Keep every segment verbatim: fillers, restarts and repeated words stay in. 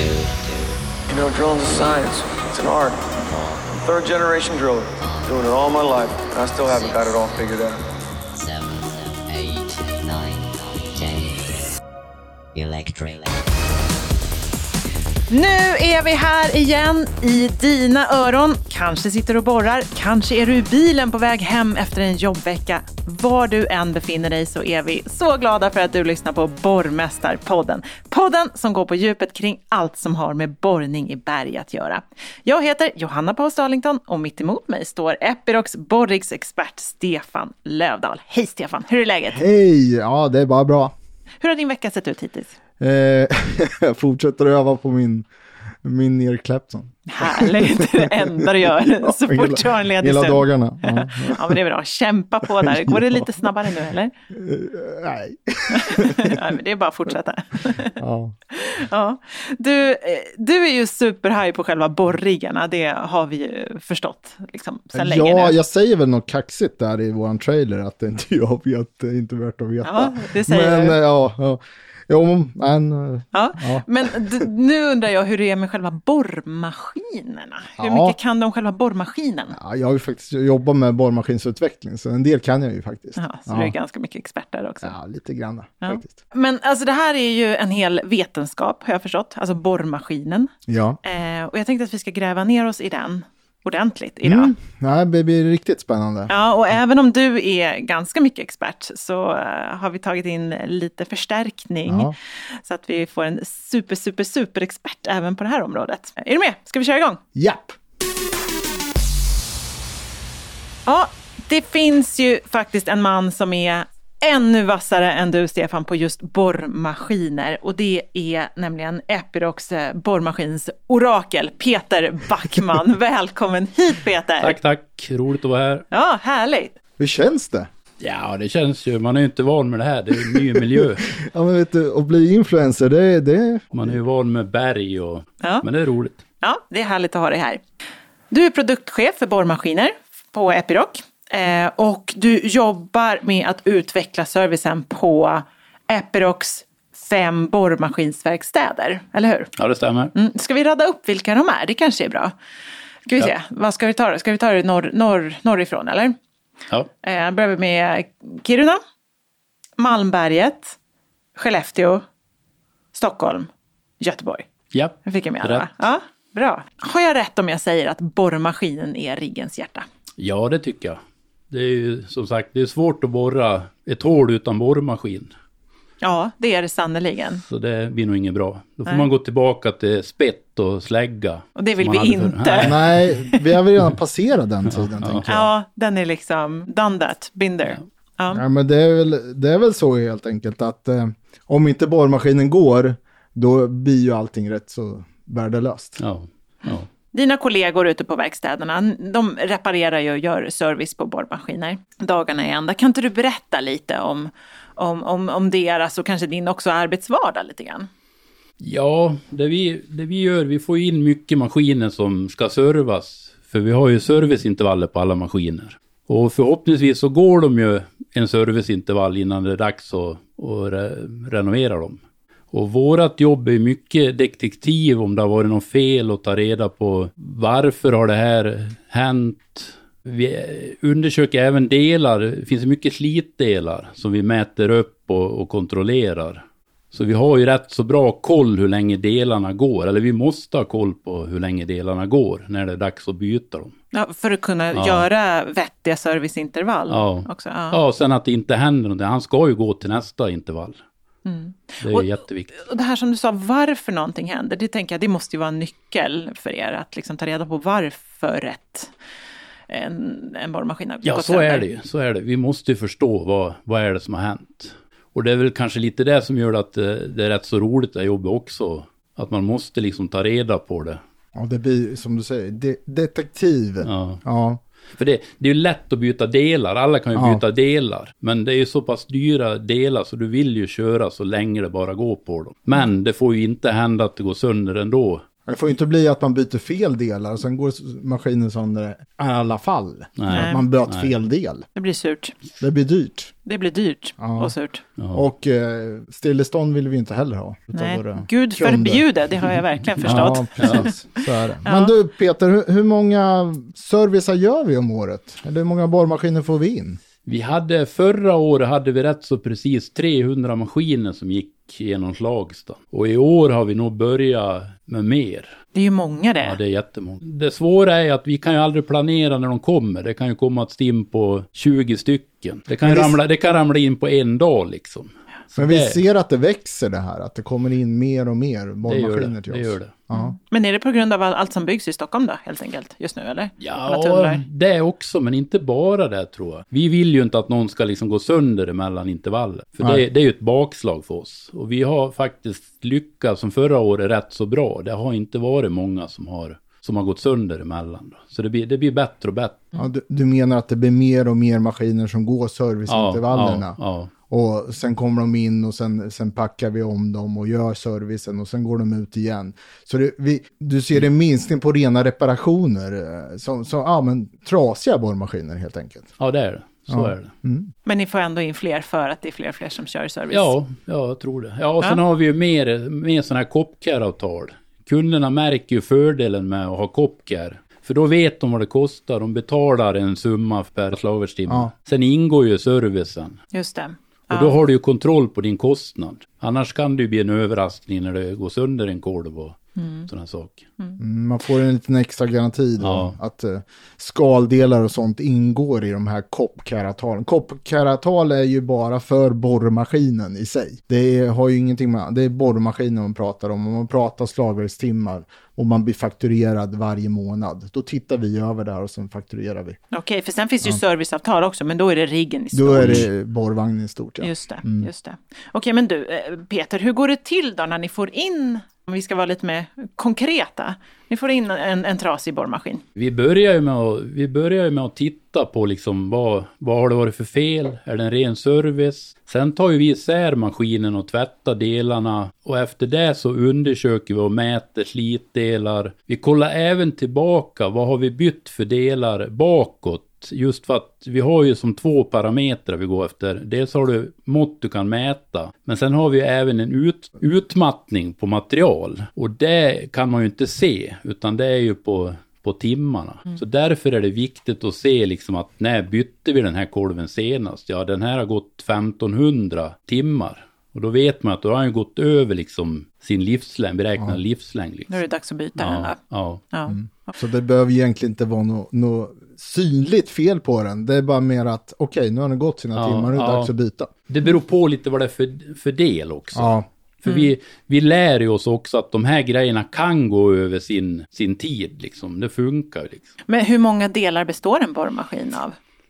You know, drilling's a science. It's an art. I'm third generation driller. Doing it all my life. And I still haven't got it all figured out. Seven, eight, nine, ten. Electric. Nu är vi här igen i dina öron. Kanske sitter du och borrar, kanske är du i bilen på väg hem efter en jobbvecka. Var du än befinner dig så är vi så glada för att du lyssnar på Borrmästarpodden. Podden som går på djupet kring allt som har med borrning i berg att göra. Jag heter Johanna Post Arlington och mitt emot mig står Epirocs borringsexpert Stefan Lövdahl. Hej Stefan, hur är läget? Hej, ja det är bara bra. Hur har din vecka sett ut hittills? Eh, jag fortsätter öva på min, min nerkläppson. Härligt, det enda du gör ja, så fort hela, du har en ledig hela stund. dagarna. Ja. Ja, men det är bra. Kämpa på där. Går det lite snabbare nu, eller? Uh, nej. Ja, men det är bara att fortsätta. Ja. Ja. Du, du är ju superhaj på själva borriggarna. Det har vi ju förstått liksom, sedan länge Ja, nu. jag säger väl något kaxigt där i våran trailer att det inte jag vet, det är inte värt att veta. Ja, det säger men, du. Ja, ja. Jo, men... Ja. Ja. Men d- nu undrar jag hur det är med själva borrmaskinerna. Hur Ja. mycket kan du om själva borrmaskinen? Ja, jag har ju faktiskt jobbat med borrmaskinsutveckling, så en del kan jag ju faktiskt. Ja, så ja. du är ganska mycket expert där också. Ja, lite grann Ja. faktiskt. Men alltså det här är ju en hel vetenskap, har jag förstått. Alltså borrmaskinen. Ja. Eh, och jag tänkte att vi ska gräva ner oss i den ordentligt idag. Mm. Ja, det blir riktigt spännande. Ja, och även om du är ganska mycket expert så uh, har vi tagit in lite förstärkning. Ja. Så att vi får en super, super, super expert även på det här området. Är du med? Ska vi köra igång? Japp! Ja, det finns ju faktiskt en man som är ännu vassare än du, Stefan, på just borrmaskiner. Och det är nämligen Epirocs borrmaskins orakel, Peter Backman. Välkommen hit, Peter! Tack, tack. Roligt att vara här. Ja, härligt! Hur känns det? Ja, det känns ju. Man är ju inte van med det här. Det är en ny miljö. Ja, men vet du, att bli influencer, det, det... Man är ju van med berg och... Ja. Men det är roligt. Ja, det är härligt att ha dig här. Du är produktchef för borrmaskiner på Epiroc. Eh, och du jobbar med att utveckla servicen på Epirocs fem borrmaskinsverkstäder, eller hur? Ja, det stämmer. Mm. Ska vi radda upp vilka de är? Det kanske är bra. Ska vi Ja. se, vad ska vi ta då? Ska vi ta det norr, norr, norrifrån, eller? Ja. Eh, börjar vi med Kiruna, Malmberget, Skellefteå, Stockholm, Göteborg. Ja. Jag fick jag med Rätt. alla, va? Ja, bra. Har jag rätt om jag säger att borrmaskinen är riggens hjärta? Ja, det tycker jag. Det är ju som sagt, det är svårt att borra ett hål utan borrmaskin. Ja, det är det sannoliken. Så det blir nog inget bra. Då får Nej. man gå tillbaka till spett och slägga. Och det vill som vi man hade inte. förr. Nej. Nej, vi har väl redan passerat den tiden, Ja. tänker jag. Ja, den är liksom done that, been there. Ja. Ja, men det är väl, det är väl så helt enkelt att eh, om inte borrmaskinen går, då blir ju allting rätt så värdelöst. Ja, ja. Dina kollegor ute på verkstäderna, de reparerar ju och gör service på borrmaskiner dagarna i ända. Kan inte du berätta lite om, om, om, om deras och kanske din också arbetsvardag lite grann? Ja, det vi, det vi gör, vi får in mycket maskiner som ska servas. För vi har ju serviceintervaller på alla maskiner. Och förhoppningsvis så går de ju en serviceintervall innan det är dags att, att re- renovera dem. Och vårat jobb är mycket detektiv om det har varit något fel och ta reda på varför har det här hänt. Vi undersöker även delar, det finns mycket slitdelar som vi mäter upp och, och kontrollerar. Så vi har ju rätt så bra koll hur länge delarna går, eller vi måste ha koll på hur länge delarna går när det är dags att byta dem. Ja, för att kunna Ja. göra vettiga serviceintervall Ja. också. Ja. Ja, och sen att det inte händer något, han ska ju gå till nästa intervall. Mm. Det är Och- jätteviktigt. Och det här som du sa, varför någonting händer, det tänker jag, det måste ju vara en nyckel för er att liksom ta reda på varför rätt en, en borrmaskin har Ja, gått så sönder. är det ju. Så är det. Vi måste ju förstå vad, vad är det som har hänt. Och det är väl kanske lite det som gör att det, det är rätt så roligt det jobbet också. Att man måste liksom ta reda på det. Ja, det blir som du säger, de- detektiv. Ja. Ja. För det, det är ju lätt att byta delar. Alla kan ju Ja. byta delar. Men det är ju så pass dyra delar så du vill ju köra så länge det bara går på dem. Men det får ju inte hända att det går sönder ändå. Det får ju inte bli att man byter fel delar och sen går maskinen sönder i alla fall. Nej. Man byter Nej. fel del. Det blir surt. Det blir dyrt. Det blir dyrt Ja. och surt. Ja. Och eh, stillestånd vill vi inte heller ha. utav Nej, våra Gud kunder. förbjude, det har jag verkligen förstått. Ja, precis. Så är det. Ja. Men du Peter, hur, hur många servicer gör vi om året? Eller hur många borrmaskiner får vi in? Vi hade, förra året hade vi rätt så precis trehundra maskiner som gick genom Slagsta. Och i år har vi nog börjat med mer. Det är ju många det. Ja, det är jättemånga. Det svåra är att vi kan ju aldrig planera när de kommer. Det kan ju komma ett stim på tjugo stycken. Det kan, ju Men det- ramla, det kan ramla in på en dag liksom. Så Men vi det, ser att det växer det här, att det kommer in mer och mer det gör borrmaskiner det. till Det oss. gör det. Ja. Men är det på grund av allt som byggs i Stockholm då, helt enkelt, just nu, eller? Alla Ja, tunnlar. det också, men inte bara det tror jag. Vi vill ju inte att någon ska liksom gå sönder mellan intervaller. För Nej. det, det är ju ett bakslag för oss. Och vi har faktiskt lyckats som förra året rätt så bra. Det har inte varit många som har, som har gått sönder emellan. Då. Så det blir, det blir bättre och bättre. Ja, du, du menar att det blir mer och mer maskiner som går serviceintervallerna? Ja, ja. Och sen kommer de in och sen, sen packar vi om dem och gör servicen och sen går de ut igen. Så det, vi, du ser en minskning på rena reparationer, eh, som, som ja, men, trasiga borrmaskiner helt enkelt. Ja, det är det. Så Ja. är det. Mm. Men ni får ändå in fler för att det är fler och fler som kör service. Ja, ja, jag tror det. Ja, och sen Ja. har vi ju mer, mer sådana här Copcare-avtal. Kunderna märker ju fördelen med att ha Copcare. För då vet de vad det kostar. De betalar en summa per slagverkstimme. Ja. Sen ingår ju servicen. Just det. Och Ja. då har du ju kontroll på din kostnad. Annars kan det ju bli en överraskning när det går sönder en kolv och sådana saker. Mm, man får en liten extra garanti då, Ja. att eh, skaldelar och sånt ingår i de här Copcare-avtalen. Copcare-avtal är ju bara för borrmaskinen i sig. Det är, har ju ingenting med, det är borrmaskinen man pratar om. Om man pratar slagverkstimmar och man blir fakturerad varje månad, då tittar vi över det här och sen fakturerar vi. Okej, för sen finns det ju serviceavtal också, men då är det riggen i stort. Då är det borrvagnen i stort, ja. Just det, just det. Okej, men du, eh, Peter, hur går det till då när ni får in, om vi ska vara lite mer konkreta, ni får in en, en trasig borrmaskin? Vi börjar ju med att, vi börjar ju med att titta på liksom vad, vad har det varit för fel? Är det en ren service? Sen tar ju vi isär maskinen och tvättar delarna. Och efter det så undersöker vi och mäter slitdelar. Vi kollar även tillbaka. Vad har vi bytt för delar bakåt? Just för att vi har ju som två parametrar vi går efter. Dels har du mått du kan mäta. Men sen har vi även en ut, utmattning på material. Och det kan man ju inte se. Utan det är ju på... på timmarna. Så därför är det viktigt att se liksom att när bytte vi den här kolven senast? Ja, den här har gått femtonhundra timmar. Och då vet man att då har han gått över liksom sin livslängd, beräknad Ja. livslängd. Liksom. Då är det dags att byta den Ja, då. ja. Ja. Så det behöver egentligen inte vara något nå synligt fel på den. Det är bara mer att, okej, okay, nu har den gått sina Ja, timmar, nu är det ja. dags att byta. Det beror på lite vad det är för, för del också. Ja, För vi, vi lär ju oss också att de här grejerna kan gå över sin, sin tid. Liksom. Det funkar ju liksom. Men hur många delar består en borrmaskin av?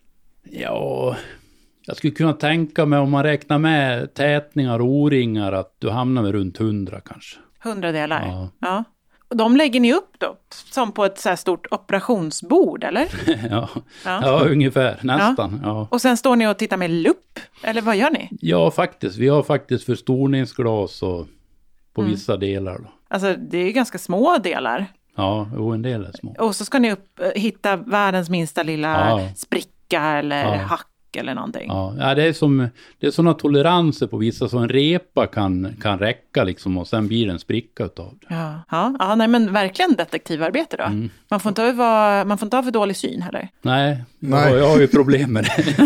Ja, jag skulle kunna tänka mig om man räknar med tätningar och o-ringar att du hamnar med runt hundra kanske. Hundra delar? Ja. Ja. Och de lägger ni upp då? Som på ett så här stort operationsbord, eller? ja. Ja. Ja, ungefär. Nästan. Ja. Och sen står ni och tittar med lupp? Eller vad gör ni? ja, faktiskt. Vi har faktiskt förstoringsglas och på Mm. vissa delar. Då. Alltså det är ju ganska små delar. Ja, och en del är små. Och så ska ni upp, eh, hitta världens minsta lilla Ja. spricka eller Ja. hack eller någonting. Ja, ja det är som det är sådana toleranser på vissa, så en repa kan, kan räcka liksom och sen blir det en spricka utav det. Ja, ja, ja nej, men verkligen detektivarbete då. Mm. Man får inte vara, man får inte ha för dålig syn heller. Nej, Nej. Jag, jag har ju problem med det.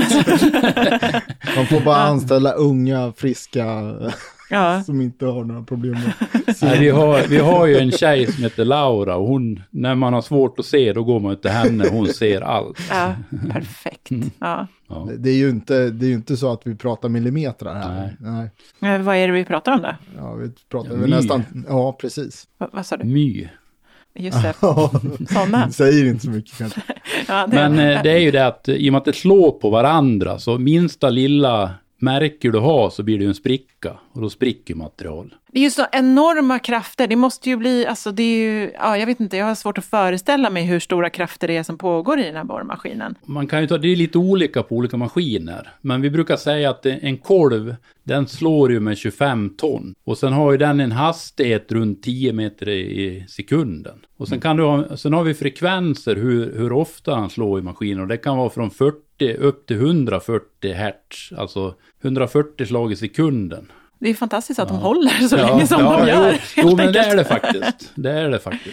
man får bara anställa unga, friska, Ja. som inte har några problem med Nej, vi, har, vi har ju en tjej som heter Laura och hon, när man har svårt att se, då går man till henne och hon ser allt. Ja, perfekt. Ja. Ja. Det är ju inte, det är ju inte så att vi pratar millimeter här. Nej. Nej. Eh, Vad är det vi pratar om då? Ja, vi pratar Ja, väl my. nästan, ja precis. Va, vad sa du? My. Just det, Ja, sådana. säger inte så mycket kanske. Ja, det, Men eh, det är ju det att i och med att det slår på varandra, så minsta lilla märker du har så blir det ju en spricka. och då spricker material. Det är ju så enorma krafter. Det måste ju bli, alltså det är ju, ja jag vet inte, jag har svårt att föreställa mig hur stora krafter det är som pågår i den här borrmaskinen. Man kan ju ta, det är lite olika på olika maskiner. Men vi brukar säga att en kolv, den slår ju med tjugofem ton. Och sen har ju den en hastighet runt tio meter i sekunden. Och sen, kan du ha, sen har vi frekvenser hur, hur ofta han slår i maskinen. Och det kan vara från fyrtio upp till hundrafyrtio hertz. Alltså hundrafyrtio slag i sekunden. Det är fantastiskt att Ja. de håller så Ja, länge som ja, de gör. Jo, helt jo men det enkelt. är det faktiskt. Det är det faktiskt.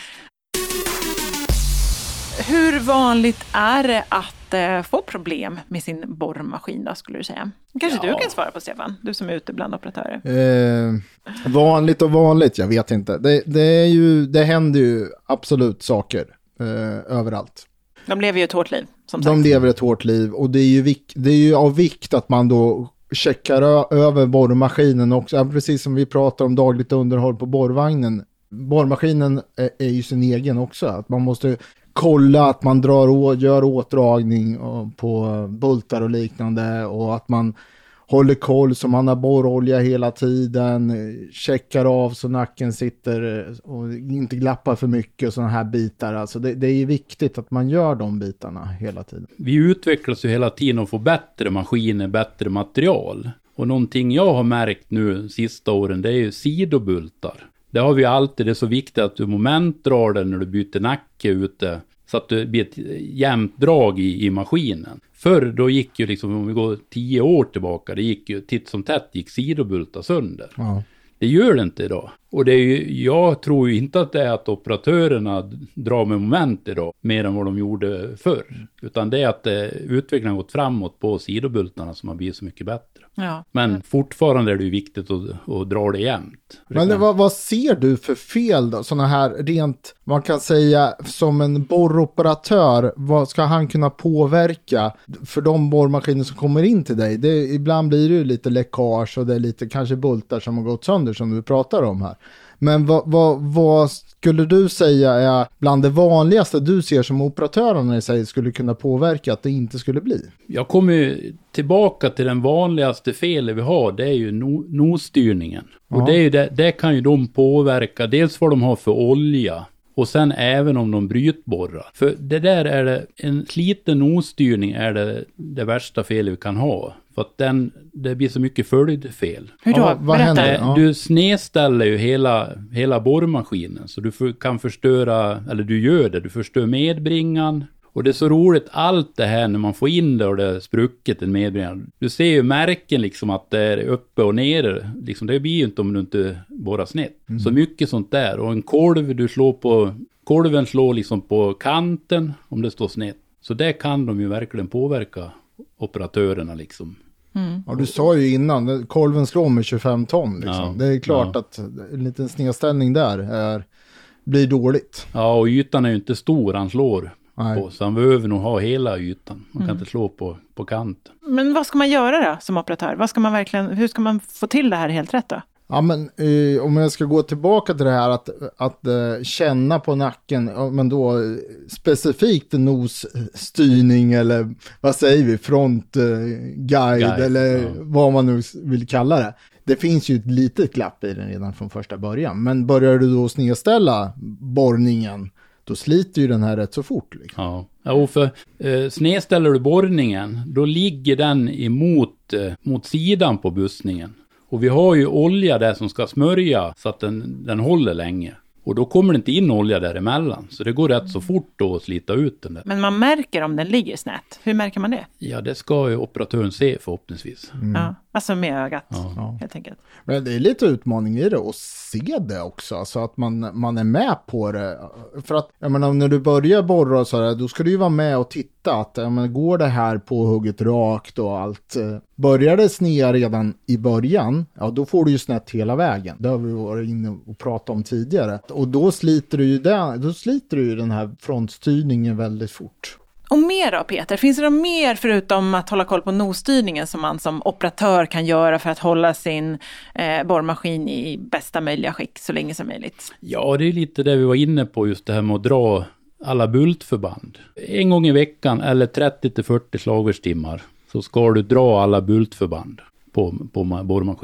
Hur vanligt är det att eh, få problem med sin borrmaskin då, skulle du säga? Kanske Ja. du kan svara på, Stefan, du som är ute bland operatörer. Eh, vanligt och vanligt, jag vet inte. Det, det, är ju, det händer ju absolut saker eh, överallt. De lever ju ett hårt liv, som sagt. De lever ett hårt liv och det är ju, vik- det är ju av vikt att man då checkar ö- över borrmaskinen också. Ja, precis som vi pratar om dagligt underhåll på borrvagnen. Borrmaskinen är, är ju sin egen också. Att man måste kolla att man drar å- gör åtdragning och, på bultar och liknande och att man håller koll så man har borrolja hela tiden, checkar av så nacken sitter och inte glappar för mycket och sådana här bitar. Alltså det, det är viktigt att man gör de bitarna hela tiden. Vi utvecklas ju hela tiden och får bättre maskiner, bättre material. Och någonting jag har märkt nu sista åren, det är ju sidobultar. Det har vi alltid, det är så viktigt att du momentdrar den när du byter nacke ute. Så att det blir ett jämnt drag i, i maskinen. Förr då gick ju liksom, om vi går tio år tillbaka, det gick ju titt som tätt gick sidobultar sönder. Ja. Det gör det inte idag. Och det är ju, jag tror ju inte att det är att operatörerna drar med moment idag mer än vad de gjorde förr. Utan det är att det, utvecklingen har gått framåt på sidobultarna som har blivit så mycket bättre. Ja. Men fortfarande är det ju viktigt att, att dra det jämnt. Men det, vad, vad ser du för fel då? Sådana här rent, man kan säga som en borroperatör, vad ska han kunna påverka för de borrmaskiner som kommer in till dig? Det, ibland blir det ju lite läckage och det är lite kanske bultar som har gått sönder som du pratar om här. Men vad, vad, vad skulle du säga är bland det vanligaste du ser som operatörerna i sig skulle kunna påverka att det inte skulle bli? Jag kommer ju tillbaka till den vanligaste felet vi har, det är ju no, nosstyrningen. Och Ja. det, är ju det, det kan ju de påverka, dels vad de har för olja och sen även om de brytborrar. För det där är det, en sliten nosstyrning är det, det värsta felet vi kan ha. För att den, det blir så mycket följdfel. Hur då? Ja, vad Berätta. händer? Eh, Ja. Du snedställer ju hela, hela borrmaskinen så du för, kan förstöra, eller du gör det, du förstör medbringan. Och det är så roligt allt det här när man får in det och det är sprucket en medbringan. Du ser ju märken liksom att det är uppe och nere. Liksom, det blir ju inte om du inte borrar snett. Mm. Så mycket sånt där. Och en kolv du slår på, kolven slår liksom på kanten om det står snett. Så det kan de ju verkligen påverka operatörerna liksom. Ja, du sa ju innan, kolven slår med tjugofem ton. Liksom. Ja, det är klart ja. att en liten snedställning där är, blir dåligt. Ja, och ytan är ju inte stor han slår Nej. på. Så han behöver nog ha hela ytan. Man kan Mm. inte slå på, på kanten. Men vad ska man göra då som operatör? Vad ska man verkligen, hur ska man få till det här helt rätt då? Ja, men eh, om jag ska gå tillbaka till det här att, att eh, känna på nacken, ja, men då eh, specifikt nosstyrning eller vad säger vi, frontguide eh, guide, eller ja. vad man nu vill kalla det. Det finns ju ett litet glapp i den redan från första början, men börjar du då snedställa borrningen, då sliter ju den här rätt så fort. Liksom. Ja, ja och för eh, snedställer du borrningen, då ligger den emot eh, mot sidan på bussningen. Och vi har ju olja där som ska smörja så att den, den håller länge. Och då kommer det inte in olja däremellan. Så det går rätt så fort då att slita ut den där. Men man märker om den ligger snett. Hur märker man det? Ja, det ska ju operatören se förhoppningsvis. Ja, alltså med ögat, Ja. helt enkelt. Men det är lite utmaning i det att se det också, så att man, man är med på det. För att, jag menar, när du börjar borra och så här, då ska du ju vara med och titta att, jag menar, går det här på hugget rakt och allt. Börjar det snea redan i början, ja då får du ju snett hela vägen. Det har vi varit inne och pratat om tidigare. Och då sliter du ju den, då sliter du ju den här frontstyrningen väldigt fort. Och mer då, Peter? Finns det något mer förutom att hålla koll på nosstyrningen som man som operatör kan göra för att hålla sin eh, borrmaskin i bästa möjliga skick så länge som möjligt? Ja, det är lite det vi var inne på, just det här med att dra alla bultförband. En gång i veckan eller trettio till fyrtio slagverstimmar så ska du dra alla bultförband på, på borrmaskin.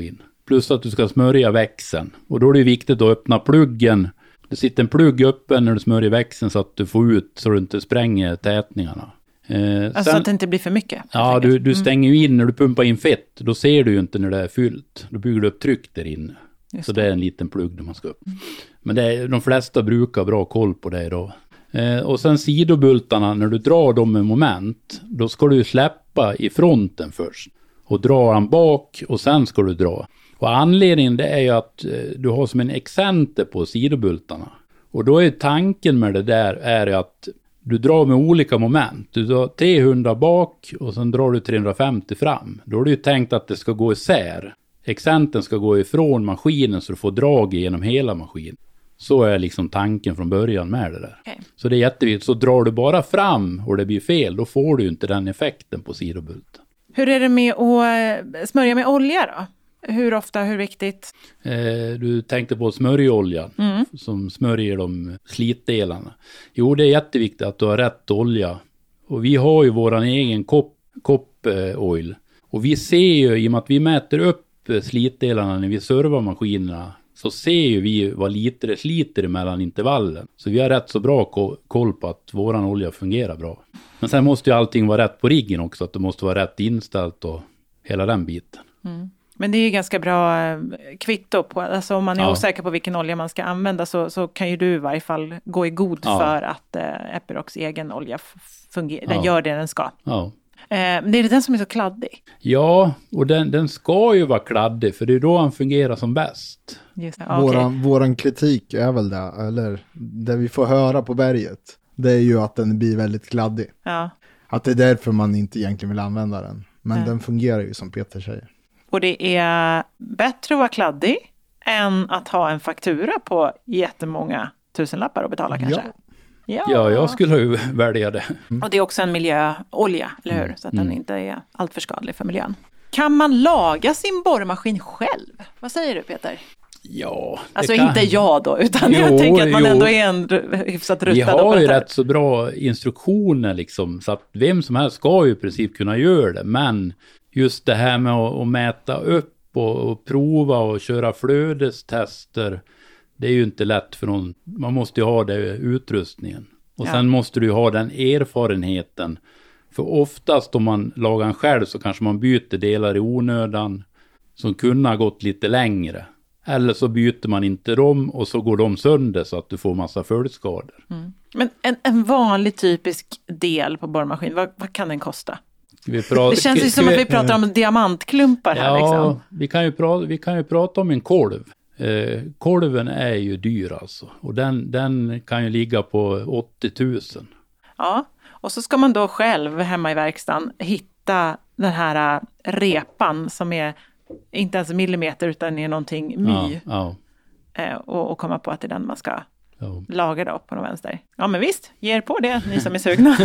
Plus att du ska smörja växeln. Och då är det viktigt att öppna pluggen. Det sitter en plugg öppen när du smörjer växeln så att du får ut så du inte spränger tätningarna. Eh, alltså sen, att det inte blir för mycket. Ja, du, du stänger ju in när du pumpar in fett. Då ser du ju inte när det är fyllt. Då bygger du upp tryck där inne. Just så det. det är en liten plugg där man ska upp. Mm. Men det är, de flesta brukar ha bra koll på det idag. Eh, och sen sidobultarna, när du drar dem med moment, då ska du släppa i fronten först. Och dra den bak och sen ska du dra. Och anledningen det är ju att eh, du har som en excenter på sidobultarna. Och då är tanken med det där är att du drar med olika moment. Du drar trehundra bak och sen drar du trehundrafemtio fram. Då är det ju tänkt att det ska gå isär. Excentern ska gå ifrån maskinen så du får drag genom hela maskinen. Så är liksom tanken från början med det där. Okay. Så det är jätteviktigt. Så drar du bara fram och det blir fel, då får du ju inte den effekten på sidobulten. Hur är det med att smörja med olja då? Hur ofta, hur viktigt? Eh, du tänkte på smörjoljan mm. som smörjer de slitdelarna. Jo, det är jätteviktigt att du har rätt olja. Och vi har ju våran egen kopp, kopp eh, oil. Och vi ser ju, i och med att vi mäter upp slitdelarna när vi servar maskinerna, så ser ju vi vad lite det sliter mellan intervallen. Så vi har rätt så bra ko- koll på att våran olja fungerar bra. Men sen måste ju allting vara rätt på riggen också. Att det måste vara rätt inställt och hela den biten. Mm. Men det är ju ganska bra kvitto på, alltså om man är ja. osäker på vilken olja man ska använda så, så kan ju du i varje fall gå i god ja. för att eh, Epirocs egen olja fungerar, den ja. gör det den ska. Ja. Eh, men det är den som är så kladdig. Ja, och den, den ska ju vara kladdig för det är då han fungerar som bäst. Just det. Ja, våran, okay. våran kritik är väl det, eller det vi får höra på berget, det är ju att den blir väldigt kladdig. Ja. Att det är därför man inte egentligen vill använda den. Men ja. den fungerar ju som Peter säger. Och det är bättre att vara kladdig än att ha en faktura på jättemånga tusenlappar att betala kanske. Ja, ja. ja jag skulle ju välja det. Mm. Och det är också en miljöolja, eller hur? Så att mm. den inte är alltör skadlig för miljön. Kan man laga sin borrmaskin själv? Vad säger du, Peter? Ja. Alltså kan... inte jag då, utan jo, jag tänker att man jo. ändå är en hyfsat ruttad. Vi har ju rätt så bra instruktioner liksom, så att vem som helst ska ju i princip kunna göra det, men just det här med att, att mäta upp och, och prova och köra flödestester, det är ju inte lätt för någon. Man måste ju ha det utrustningen. Och ja. sen måste du ju ha den erfarenheten. För oftast om man lagar en själv så kanske man byter delar i onödan som kunde ha gått lite längre. Eller så byter man inte dem och så går de sönder så att du får massa följdskador. Mm. Men en, en vanlig typisk del på borrmaskin, vad, vad kan den kosta? Vi pratar, det känns ju som vi, att vi pratar om diamantklumpar här. Ja, liksom. vi, kan ju prata, vi kan ju prata om en kolv. Eh, kolven är ju dyr alltså. Och den, den kan ju ligga på åttio tusen. Ja, och så ska man då själv hemma i verkstaden hitta den här repan som är inte ens millimeter utan är någonting my. Ja, ja. Eh, och, och komma på att det är den man ska ja. laga då på den vänster. Ja, men visst, ge er på det, ni som är sugna.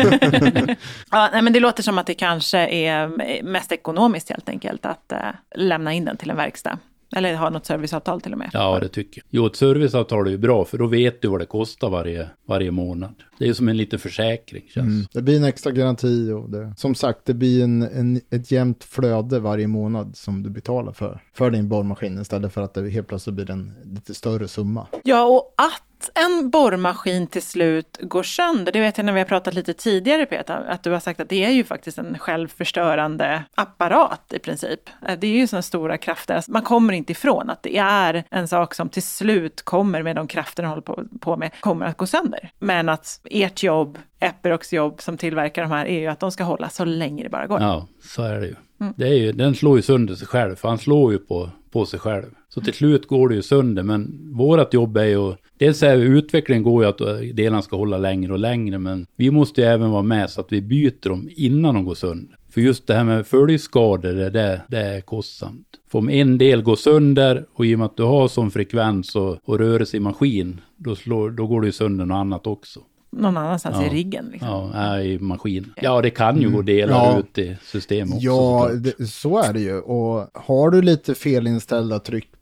ja, nej, men det låter som att det kanske är mest ekonomiskt helt enkelt att eh, lämna in den till en verkstad. Eller ha något serviceavtal till och med. Ja, det tycker jag. Jo, ett serviceavtal är ju bra för då vet du vad det kostar varje, varje månad. Det är ju som en liten försäkring känns. Mm. Det blir en extra garanti och det, som sagt, det blir en, en, ett jämnt flöde varje månad som du betalar för. För din borrmaskin istället för att det helt plötsligt blir en lite större summa. Ja, och att en borrmaskin till slut går sönder, det vet jag när vi har pratat lite tidigare, Peter, att du har sagt att det är ju faktiskt en självförstörande apparat i princip. Det är ju sådana stora krafter, man kommer inte ifrån att det är en sak som till slut kommer med de krafter den håller på, på med, kommer att gå sönder. Men att ert jobb, Epirocs jobb som tillverkar de här är ju att de ska hålla så länge det bara går. Ja, så är det ju. Mm. Det är ju, den slår ju sönder sig själv, för han slår ju på, på sig själv. Så till slut går det ju sönder, men vårat jobb är ju, dels är utvecklingen går ju att delarna ska hålla längre och längre, men vi måste ju även vara med så att vi byter dem innan de går sönder. För just det här med följdskador, det, det, det är kostsamt. För om en del går sönder och i och med att du har sån frekvens och, och rörelse i maskin, då, slår, då går det ju sönder något annat också. Någon annanstans ja. i riggen liksom. Ja, i maskin. Ja, det kan ju gå delar ja. ut i system också. Ja, det, så är det ju. Och har du lite felinställda tryck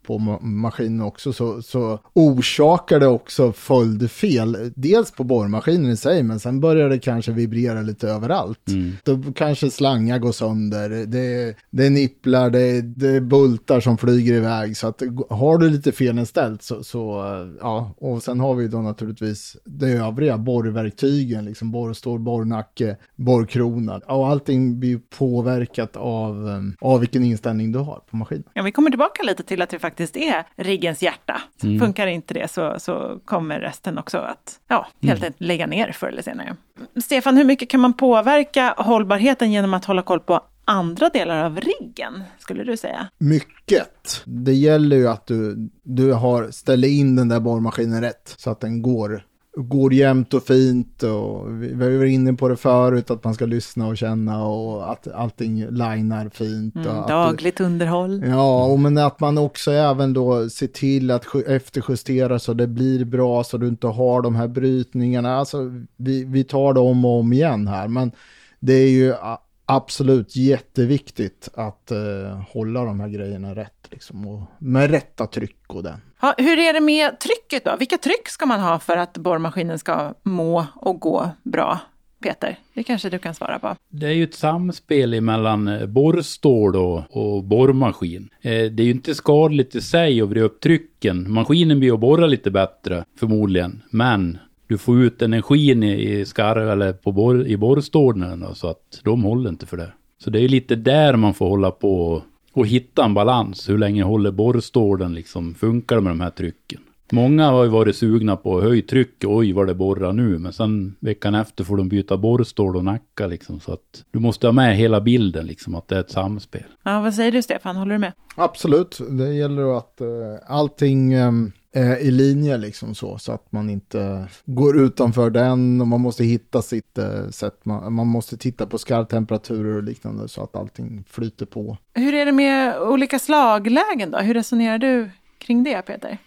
på ma- maskinen också så, så orsakar det också följdfel. Dels på borrmaskinen i sig, men sen börjar det kanske vibrera lite överallt. Mm. Då kanske slangar går sönder, det, det är nipplar, det, det är bultar som flyger iväg. Så att har du lite felinställt så, så ja, och sen har vi då naturligtvis det övriga borrverktygen, liksom borrstål, borrnacke, borrkrona. Och allting blir påverkat av, av vilken inställning du har på maskinen. Ja, vi kommer tillbaka lite till att det faktiskt är riggens hjärta. Mm. Funkar inte det så, så kommer resten också att ja, helt enkelt mm. lägga ner förr eller senare. Stefan, hur mycket kan man påverka hållbarheten genom att hålla koll på andra delar av riggen, skulle du säga? Mycket. Det gäller ju att du, du har ställer in den där borrmaskinen rätt så att den går går jämnt och fint, och vi var ju inne på det förut att man ska lyssna och känna och att allting linar fint. Mm, och dagligt du, underhåll. Ja, och men att man också även då ser till att efterjustera så det blir bra, så du inte har de här brytningarna. Alltså vi, vi tar det om och om igen här, men det är ju absolut jätteviktigt att uh, hålla de här grejerna rätt liksom, och med rätta tryck och den. Ja, hur är det med trycket då? Vilka tryck ska man ha för att borrmaskinen ska må och gå bra? Peter, det kanske du kan svara på. Det är ju ett samspel mellan borrstål och, och borrmaskin. Eh, det är ju inte skadligt i sig att vrida upp trycken. Maskinen blir att borra lite bättre förmodligen, men du får ut energin i, i skarv eller på borr, i borrstålen, så att de håller inte för det. Så det är lite där man får hålla på och, och hitta en balans. Hur länge håller borrstålen liksom, funkar med de här trycken? Många har ju varit sugna på höjtryck, oj vad det borrar nu, men sen veckan efter får de byta borrstål och nacka liksom, så att du måste ha med hela bilden liksom, att det är ett samspel. Ja, vad säger du Stefan, håller du med? Absolut, det gäller att uh, allting um, är i linje liksom, så, så att man inte går utanför den, och man måste hitta sitt uh, sätt, man, man måste titta på skarvtemperaturer och liknande så att allting flyter på. Hur är det med olika slaglägen då? Hur resonerar du kring det, Peter?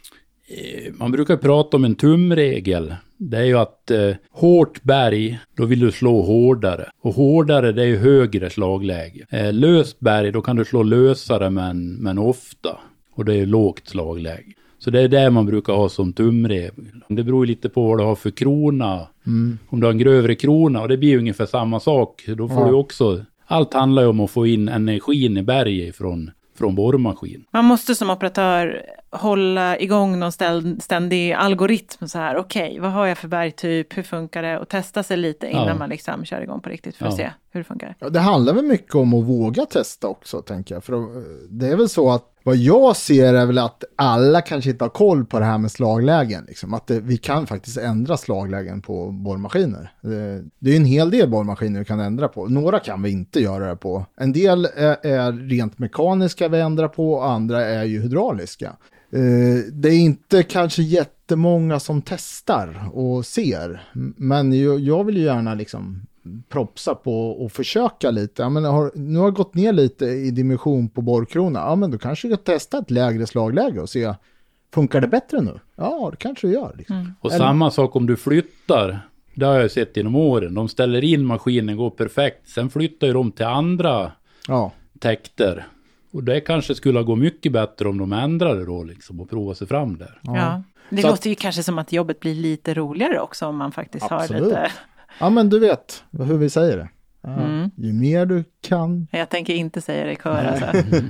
Man brukar prata om en tumregel. Det är ju att eh, hårt berg, då vill du slå hårdare. Och hårdare, det är ju högre slagläge. Eh, löst berg, då kan du slå lösare men, men ofta. Och det är ju lågt slagläge. Så det är det man brukar ha som tumregel. Det beror lite på vad du har för krona. Mm. Om du har en grövre krona, och det blir ju ungefär samma sak. Då får ja. du också... Allt handlar ju om att få in energin i berget från... från borrmaskin. Man måste som operatör hålla igång någon ständig algoritm så här, okej, okay, vad har jag för bergtyp, hur funkar det, och testa sig lite innan ja. man liksom kör igång på riktigt för ja. att se hur det funkar. Ja, det handlar väl mycket om att våga testa också, tänker jag, för det är väl så att vad jag ser är väl att alla kanske inte har koll på det här med slaglägen. Liksom. Att det, vi kan faktiskt ändra slaglägen på borrmaskiner. Det, det är en hel del borrmaskiner vi kan ändra på. Några kan vi inte göra det på. En del är, är rent mekaniska vi ändrar på, och andra är ju hydrauliska. Eh, det är inte kanske jättemånga som testar och ser. Men jag, jag vill ju gärna liksom... propsa på och försöka lite. Ja, men har, nu har jag gått ner lite i dimension på borrkrona. Ja, men då kanske jag testa ett lägre slagläge och se, funkar det bättre nu? Ja, det kanske det gör. Liksom. Mm. Och Eller... samma sak om du flyttar. Det har jag sett genom åren. De ställer in maskinen, går perfekt. Sen flyttar ju de till andra ja. täkter. Och det kanske skulle gå mycket bättre om de ändrade då liksom, och prova sig fram där. Ja, ja. Det så låter att... ju kanske som att jobbet blir lite roligare också om man faktiskt Absolut. har lite... Ja, men du vet hur vi säger det. Ja, mm. Ju mer du kan... Jag tänker inte säga det i kör. Nej. Alltså.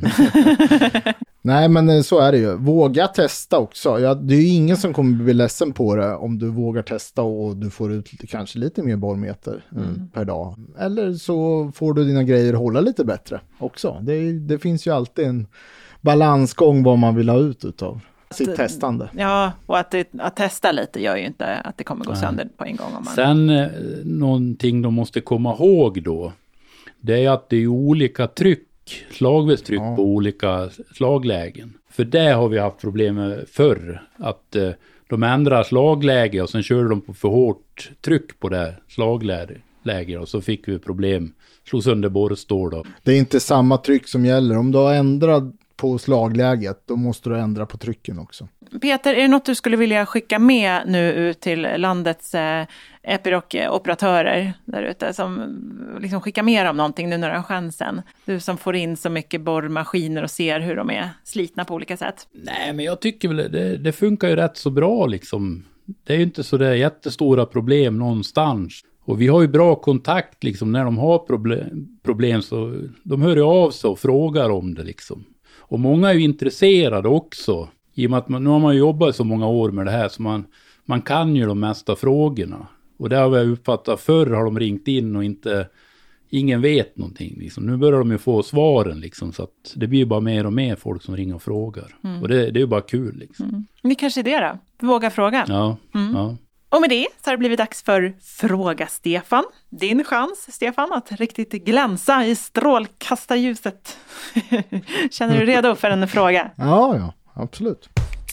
Nej, men så är det ju. Våga testa också. Ja, det är ju ingen som kommer bli ledsen på det om du vågar testa och du får ut kanske lite mer borrmeter mm. per dag. Eller så får du dina grejer hålla lite bättre också. Det, det finns ju alltid en balansgång vad man vill ha ut utav sitt testande. Ja, och att, det, att testa lite gör ju inte att det kommer gå Nej. sönder på en gång. Om man... Sen eh, någonting de måste komma ihåg då, det är att det är olika tryck, slagvägstryck ja. på olika slaglägen. För det har vi haft problem med förr, att eh, de ändrar slagläge och sen kör de på för hårt tryck på det slagläge och så fick vi problem, slog sönder borrstål då. Det är inte samma tryck som gäller. Om du har ändrat på slagläget, då måste du ändra på trycken också. Peter, är det något du skulle vilja skicka med nu ut till landets eh, Epiroc-operatörer där ute som liksom skickar med om någonting nu när du har chansen? Du som får in så mycket borrmaskiner och ser hur de är slitna på olika sätt. Nej, men jag tycker väl det, det funkar ju rätt så bra liksom. Det är ju inte så där jättestora problem någonstans. Och vi har ju bra kontakt liksom när de har problem, problem så de hör ju av sig och frågar om det liksom. Och många är ju intresserade också. I och med att man, nu har man ju jobbat så många år med det här så man, man kan ju de mesta frågorna. Och det har jag uppfattat förr har de ringt in och inte, ingen vet någonting liksom. Nu börjar de ju få svaren liksom så att det blir bara mer och mer folk som ringer och frågar. Mm. Och det, det är ju bara kul liksom. Mm. Men kanske det då? Våga fråga. Ja, mm. ja. Och med det så har det blivit dags för Fråga Stefan. Din chans, Stefan, att riktigt glänsa i strålkastarljuset. Känner du redo för en fråga? Ja, ja, absolut.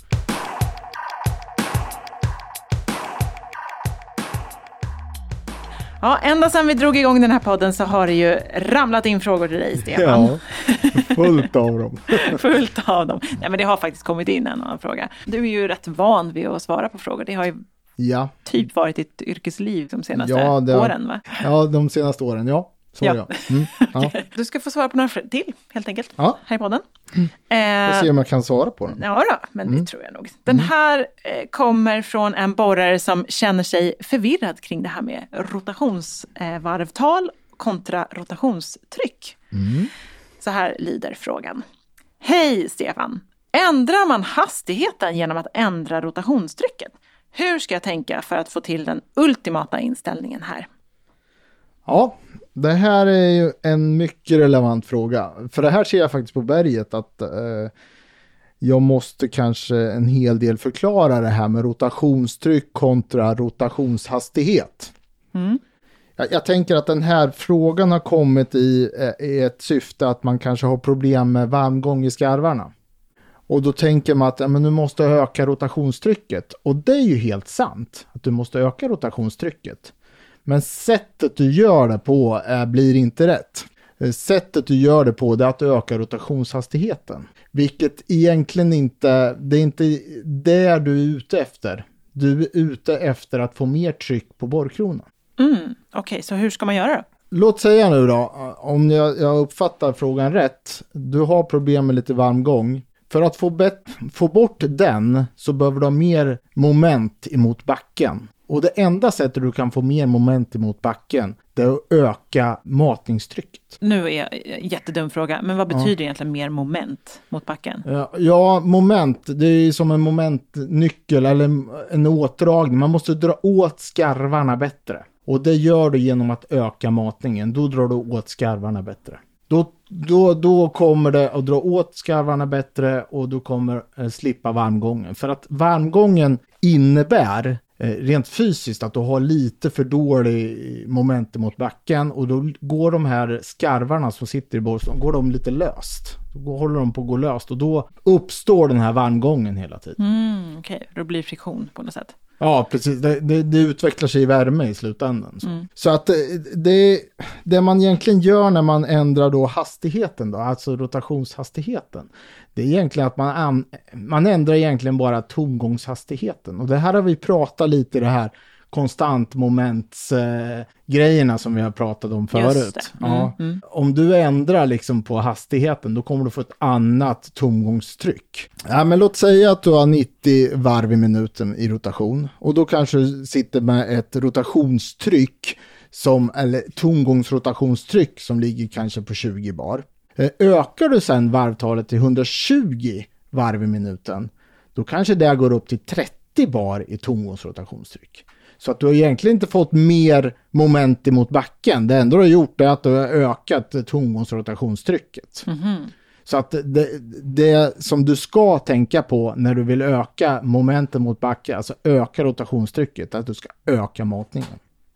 Ja, ända sedan vi drog igång den här podden så har det ju ramlat in frågor till dig, Stefan. Ja, fullt av dem. fullt av dem. Nej, men det har faktiskt kommit in en annan fråga. Du är ju rätt van vid att svara på frågor. Det har ju ja. typ varit ditt yrkesliv de senaste ja, det, åren, va? Ja, de senaste åren, ja. Så ja. Mm, ja. Okay. Du ska få svara på några till, helt enkelt, ja. här i podden. Mm. Jag ser om jag kan svara på den. Ja då, men mm. det tror jag nog. Den här eh, kommer från en borrare som känner sig förvirrad kring det här med rotationsvarvtal eh, kontra rotationstryck. Mm. Så här lyder frågan. Hej Stefan! Ändrar man hastigheten genom att ändra rotationstrycket? Hur ska jag tänka för att få till den ultimata inställningen här? Ja, det här är ju en mycket relevant fråga. För det här ser jag faktiskt på berget att eh, jag måste kanske en hel del förklara det här med rotationstryck kontra rotationshastighet. Mm. Jag, jag tänker att den här frågan har kommit i, i ett syfte att man kanske har problem med varmgång i skarvarna. Och då tänker man att ja, men nu måste jag öka rotationstrycket. Och det är ju helt sant att du måste öka rotationstrycket. Men sättet du gör det på äh, blir inte rätt. Sättet du gör det på det är att öka rotationshastigheten. Vilket egentligen inte, det är inte det du är ute efter. Du är ute efter att få mer tryck på borrkronan. Mm, Okej, okay, så hur ska man göra då? Låt säga nu då, om jag, jag uppfattar frågan rätt. Du har problem med lite varmgång. För att få, bet- få bort den så behöver du ha mer moment emot backen. Och det enda sättet du kan få mer moment emot backen det är att öka matningstrycket. Nu är en jättedum fråga, men vad betyder ja. egentligen mer moment mot backen? Ja, ja, moment, det är som en momentnyckel eller en åtdragning. Man måste dra åt skarvarna bättre. Och det gör du genom att öka matningen. Då drar du åt skarvarna bättre. Då, då, då kommer det att dra åt skarvarna bättre och du kommer eh, slippa varmgången. För att varmgången innebär eh, rent fysiskt att du har lite för dålig momentum mot backen och då går de här skarvarna som sitter i borrstånd, går de lite löst. Då håller de på att gå löst och då uppstår den här varmgången hela tiden. Mm, Okej, okay. Då blir friktion på något sätt. Ja, precis. Det, det, det utvecklar sig i värme i slutändan. Så, mm. så att det, det man egentligen gör när man ändrar då hastigheten, då, alltså rotationshastigheten, det är egentligen att man, an, man ändrar egentligen bara tomgångshastigheten. Och det här har vi pratat lite i det här konstant moments eh, grejerna som vi har pratat om förut. Mm, ja. mm. Om du ändrar liksom på hastigheten då kommer du få ett annat tomgångstryck. Ja, men låt säga att du har nittio varv i minuten i rotation och då kanske du sitter med ett rotationstryck som, eller tomgångsrotationstryck som ligger kanske på tjugo bar. Ökar du sen varvtalet till hundratjugo varv i minuten då kanske det går upp till trettio bar i tomgångsrotationstryck. Så att du har egentligen inte fått mer moment emot backen. Det enda du har gjort är att du har ökat tomgångsrotationstrycket. Mm-hmm. Så att det, det som du ska tänka på när du vill öka momentum mot backen, alltså öka rotationstrycket, är att du ska öka matningen.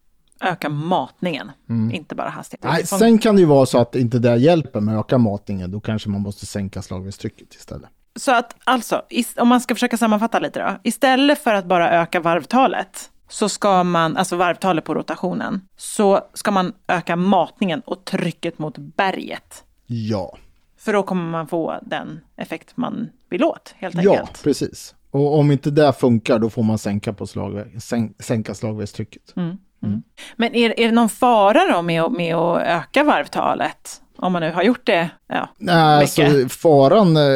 Öka matningen, mm. inte bara hastigheten. Nej, sen kan det ju vara så att inte det hjälper med att öka matningen. Då kanske man måste sänka slagvägstrycket istället. Så att alltså, om man ska försöka sammanfatta lite då. Istället för att bara öka varvtalet så ska man, alltså varvtalet på rotationen, så ska man öka matningen och trycket mot berget. Ja. För då kommer man få den effekt man vill åt, helt enkelt. Ja, precis. Och om inte det funkar, då får man sänka, på slagväg, sänk, sänka slagvägstrycket. Mm. Mm. Men är, är det någon fara då med, med att öka varvtalet? Om man nu har gjort det, ja. Nej, alltså faran, eh,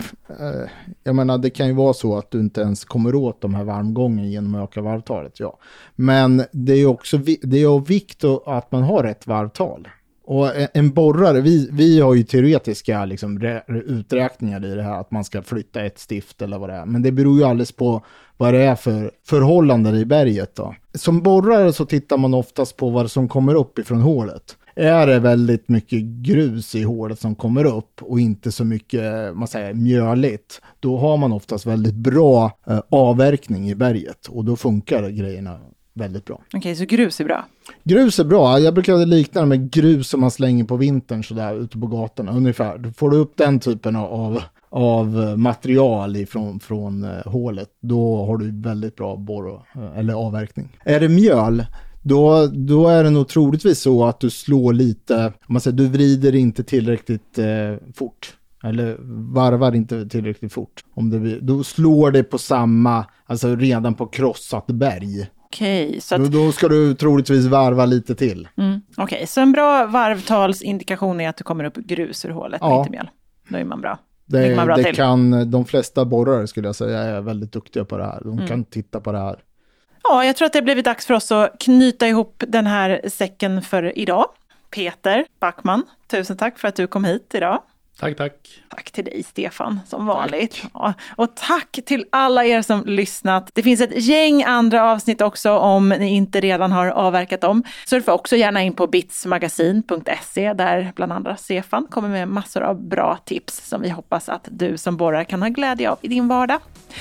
eh, jag menar det kan ju vara så att du inte ens kommer åt de här varmgången genom att öka varvtalet, ja. Men det är också det är av vikt att man har rätt varvtal. Och en borrare, vi, vi har ju teoretiska liksom, re, uträkningar i det här, att man ska flytta ett stift eller vad det är. Men det beror ju alldeles på vad det är för förhållanden i berget då. Som borrare så tittar man oftast på vad som kommer upp ifrån hålet. Är det väldigt mycket grus i hålet som kommer upp och inte så mycket, man säger, mjöligt, då har man oftast väldigt bra eh, avverkning i berget och då funkar grejerna väldigt bra. Okej, okay, så grus är bra? Grus är bra. Jag brukar likna det med grus som man slänger på vintern sådär ute på gatorna ungefär. Då får du upp den typen av, av material ifrån, från eh, hålet, då har du väldigt bra borr eh, eller avverkning. Är det mjöl, Då, då är det nog troligtvis så att du slår lite, man säger, du vrider inte tillräckligt eh, fort. Eller varvar inte tillräckligt fort. Om det, då slår det på samma, alltså redan på krossat berg. Okej, så att... då, då ska du troligtvis varva lite till. Mm. Okej, okay, så en bra varvtalsindikation är att det kommer upp grus ur hålet, ja. Inte mjöl. Då är man bra. Det, man bra det till. kan, de flesta borrare skulle jag säga är väldigt duktiga på det här. De mm. kan titta på det här. Ja, jag tror att det har blivit dags för oss att knyta ihop den här säcken för idag. Peter Backman, tusen tack för att du kom hit idag. Tack, tack. Tack till dig, Stefan, som vanligt. Ja, och tack till alla er som lyssnat. Det finns ett gäng andra avsnitt också om ni inte redan har avverkat dem. Surfa också gärna in på bitsmagasin punkt se där bland andra Stefan kommer med massor av bra tips som vi hoppas att du som borrar kan ha glädje av i din vardag.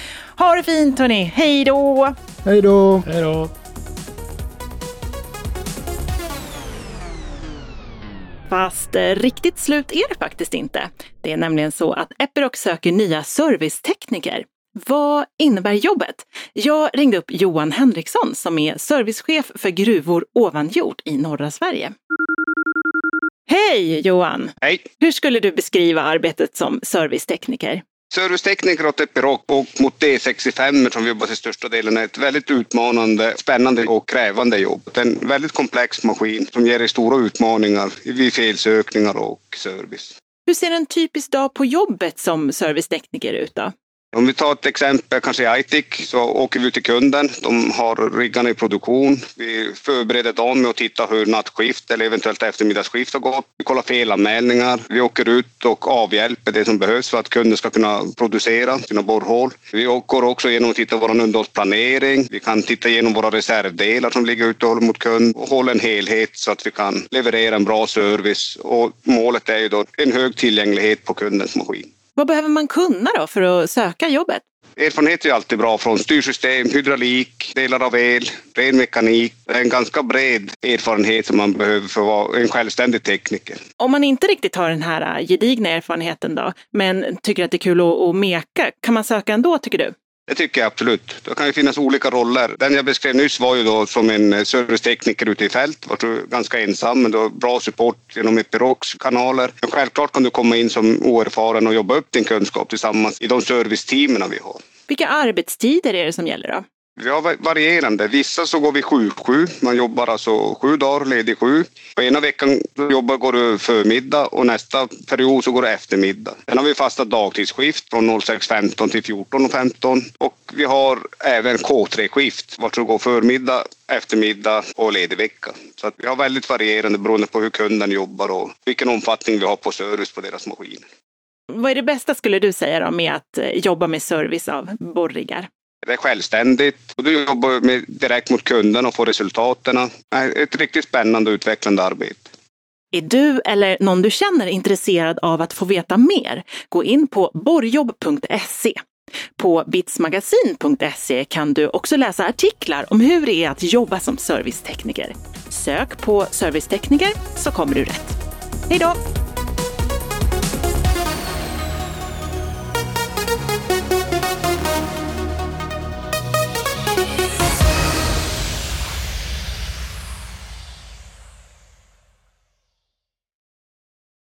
Ha det fint, hörni. Hej då! Hej då! Hej då! Fast eh, riktigt slut är det faktiskt inte. Det är nämligen så att Epiroc söker nya servicetekniker. Vad innebär jobbet? Jag ringde upp Johan Henriksson som är servicechef för gruvor ovan jord i norra Sverige. Hej Johan! Hej! Hur skulle du beskriva arbetet som servicetekniker? Servicetekniker åt Epiroc och mot D sextiofem som vi jobbar till största delen är ett väldigt utmanande, spännande och krävande jobb. Det är en väldigt komplex maskin som ger dig stora utmaningar vid felsökningar och service. Hur ser en typisk dag på jobbet som servicetekniker ut då? Om vi tar ett exempel, kanske i Aitik, så åker vi ut till kunden. De har riggarna i produktion. Vi förbereder dagen med att titta hur nattskift eller eventuellt eftermiddagsskift har gått. Vi kollar felanmälningar. Vi åker ut och avhjälper det som behövs för att kunden ska kunna producera sina borrhål. Vi går också igenom och tittar på vår underhållsplanering. Vi kan titta igenom våra reservdelar som ligger ute och håller mot kund och hålla en helhet så att vi kan leverera en bra service. Och målet är ju då en hög tillgänglighet på kundens maskin. Vad behöver man kunna då för att söka jobbet? Erfarenhet är alltid bra från styrsystem, hydraulik, delar av el, ren mekanik. Det är en ganska bred erfarenhet som man behöver för att vara en självständig tekniker. Om man inte riktigt har den här gedigna erfarenheten då, men tycker att det är kul att, att meka, kan man söka ändå tycker du? Det tycker jag absolut. Det kan ju finnas olika roller. Den jag beskrev nyss var ju då som en servicetekniker ute i fält. Var du ganska ensam, men då bra support genom Epirocs kanaler. Men självklart kan du komma in som oerfaren och jobba upp din kunskap tillsammans i de serviceteamen vi har. Vilka arbetstider är det som gäller då? Vi har varierande. Vissa så går vi sju sju. Man jobbar alltså sju dagar, ledig sju. På ena veckan jobbar går du förmiddag och nästa period så går det eftermiddag. Sen har vi fasta dagtidsskift från noll sex femton till fjorton femton. Och vi har även K tre-skift. Vart du går förmiddag, eftermiddag och ledig vecka. Så att vi har väldigt varierande beroende på hur kunden jobbar och vilken omfattning vi har på service på deras maskiner. Vad är det bästa skulle du säga då med att jobba med service av borriggar? Det är självständigt och du jobbar med direkt mot kunden och får resultaten. Ett riktigt spännande och utvecklande arbete. Är du eller någon du känner intresserad av att få veta mer? Gå in på borrjobb punkt se. På bitsmagasin punkt se kan du också läsa artiklar om hur det är att jobba som servicetekniker. Sök på servicetekniker så kommer du rätt. Hej då!